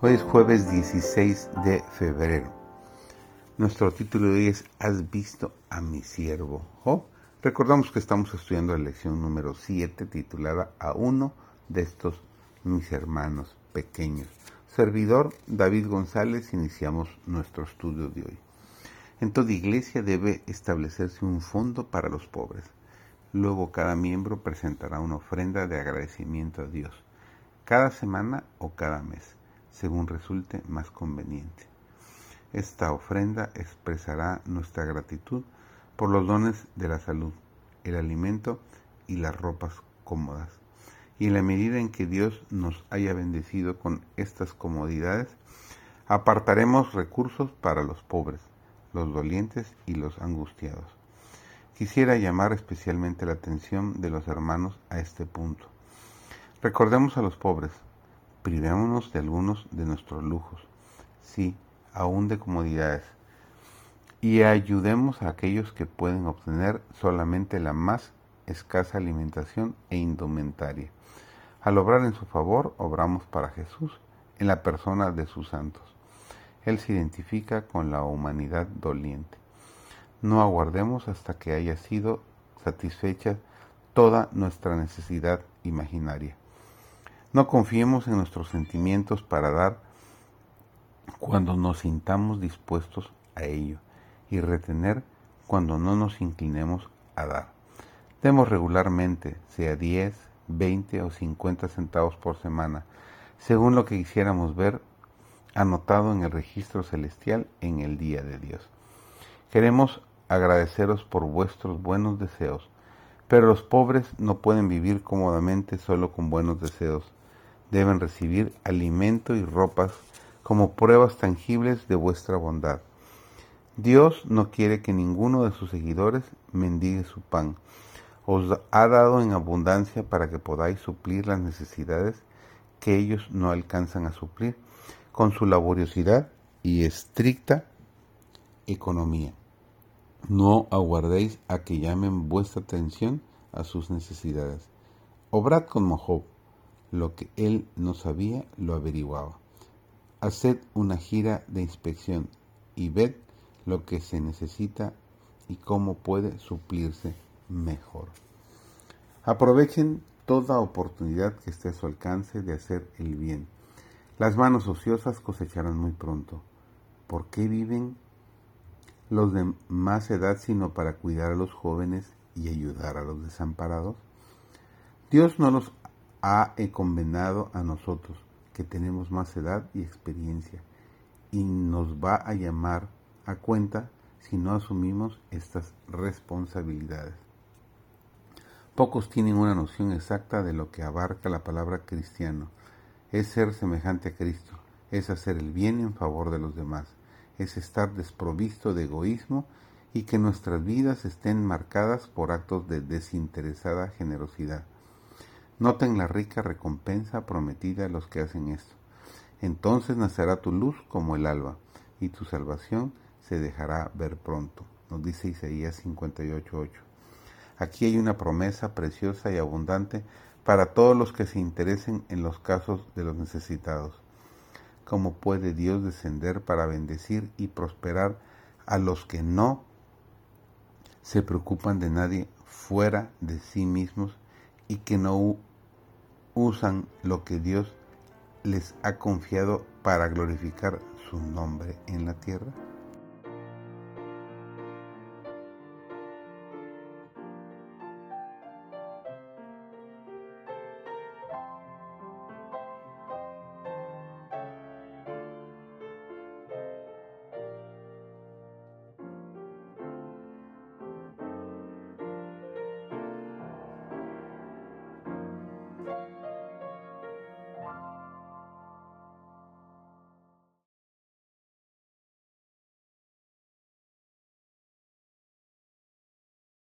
Hoy es jueves 16 de febrero. Nuestro título de hoy es ¿Has visto a mi siervo Job? Recordamos que estamos estudiando la lección número 7 titulada A uno de estos mis hermanos pequeños. Servidor David González, iniciamos nuestro estudio de hoy. En toda iglesia debe establecerse un fondo para los pobres. Luego cada miembro presentará una ofrenda de agradecimiento a Dios, cada semana o cada mes, según resulte más conveniente. Esta ofrenda expresará nuestra gratitud por los dones de la salud, el alimento y las ropas cómodas. Y en la medida en que Dios nos haya bendecido con estas comodidades, apartaremos recursos para los pobres, los dolientes y los angustiados. Quisiera llamar especialmente la atención de los hermanos a este punto. Recordemos a los pobres, privémonos de algunos de nuestros lujos, sí, aún de comodidades, y ayudemos a aquellos que pueden obtener solamente la más escasa alimentación e indumentaria. Al obrar en su favor, obramos para Jesús, en la persona de sus santos. Él se identifica con la humanidad doliente. No aguardemos hasta que haya sido satisfecha toda nuestra necesidad imaginaria. No confiemos en nuestros sentimientos para dar cuando nos sintamos dispuestos a ello y retener cuando no nos inclinemos a dar. Demos regularmente, sea 10, 20 o 50 centavos por semana, según lo que quisiéramos ver anotado en el registro celestial en el día de Dios. Queremos agradeceros por vuestros buenos deseos, pero los pobres no pueden vivir cómodamente solo con buenos deseos. Deben recibir alimento y ropas como pruebas tangibles de vuestra bondad. Dios no quiere que ninguno de sus seguidores mendigue su pan. Os ha dado en abundancia para que podáis suplir las necesidades que ellos no alcanzan a suplir con su laboriosidad y estricta economía. No aguardéis a que llamen vuestra atención a sus necesidades. Obrad como Job, lo que él no sabía lo averiguaba. Haced una gira de inspección y ved lo que se necesita y cómo puede suplirse mejor. Aprovechen toda oportunidad que esté a su alcance de hacer el bien. Las manos ociosas cosecharán muy pronto. ¿Por qué viven los de más edad sino para cuidar a los jóvenes y ayudar a los desamparados? Dios no los ha encomendado a nosotros, que tenemos más edad y experiencia, y nos va a llamar a cuenta si no asumimos estas responsabilidades. Pocos tienen una noción exacta de lo que abarca la palabra cristiano. Es ser semejante a Cristo, es hacer el bien en favor de los demás, es estar desprovisto de egoísmo y que nuestras vidas estén marcadas por actos de desinteresada generosidad. Noten la rica recompensa prometida a los que hacen esto. Entonces nacerá tu luz como el alba, y tu salvación se dejará ver pronto, nos dice Isaías 58:8. Aquí hay una promesa preciosa y abundante para todos los que se interesen en los casos de los necesitados. ¿Cómo puede Dios descender para bendecir y prosperar a los que no se preocupan de nadie fuera de sí mismos y que no usan lo que Dios les ha confiado para glorificar su nombre en la tierra?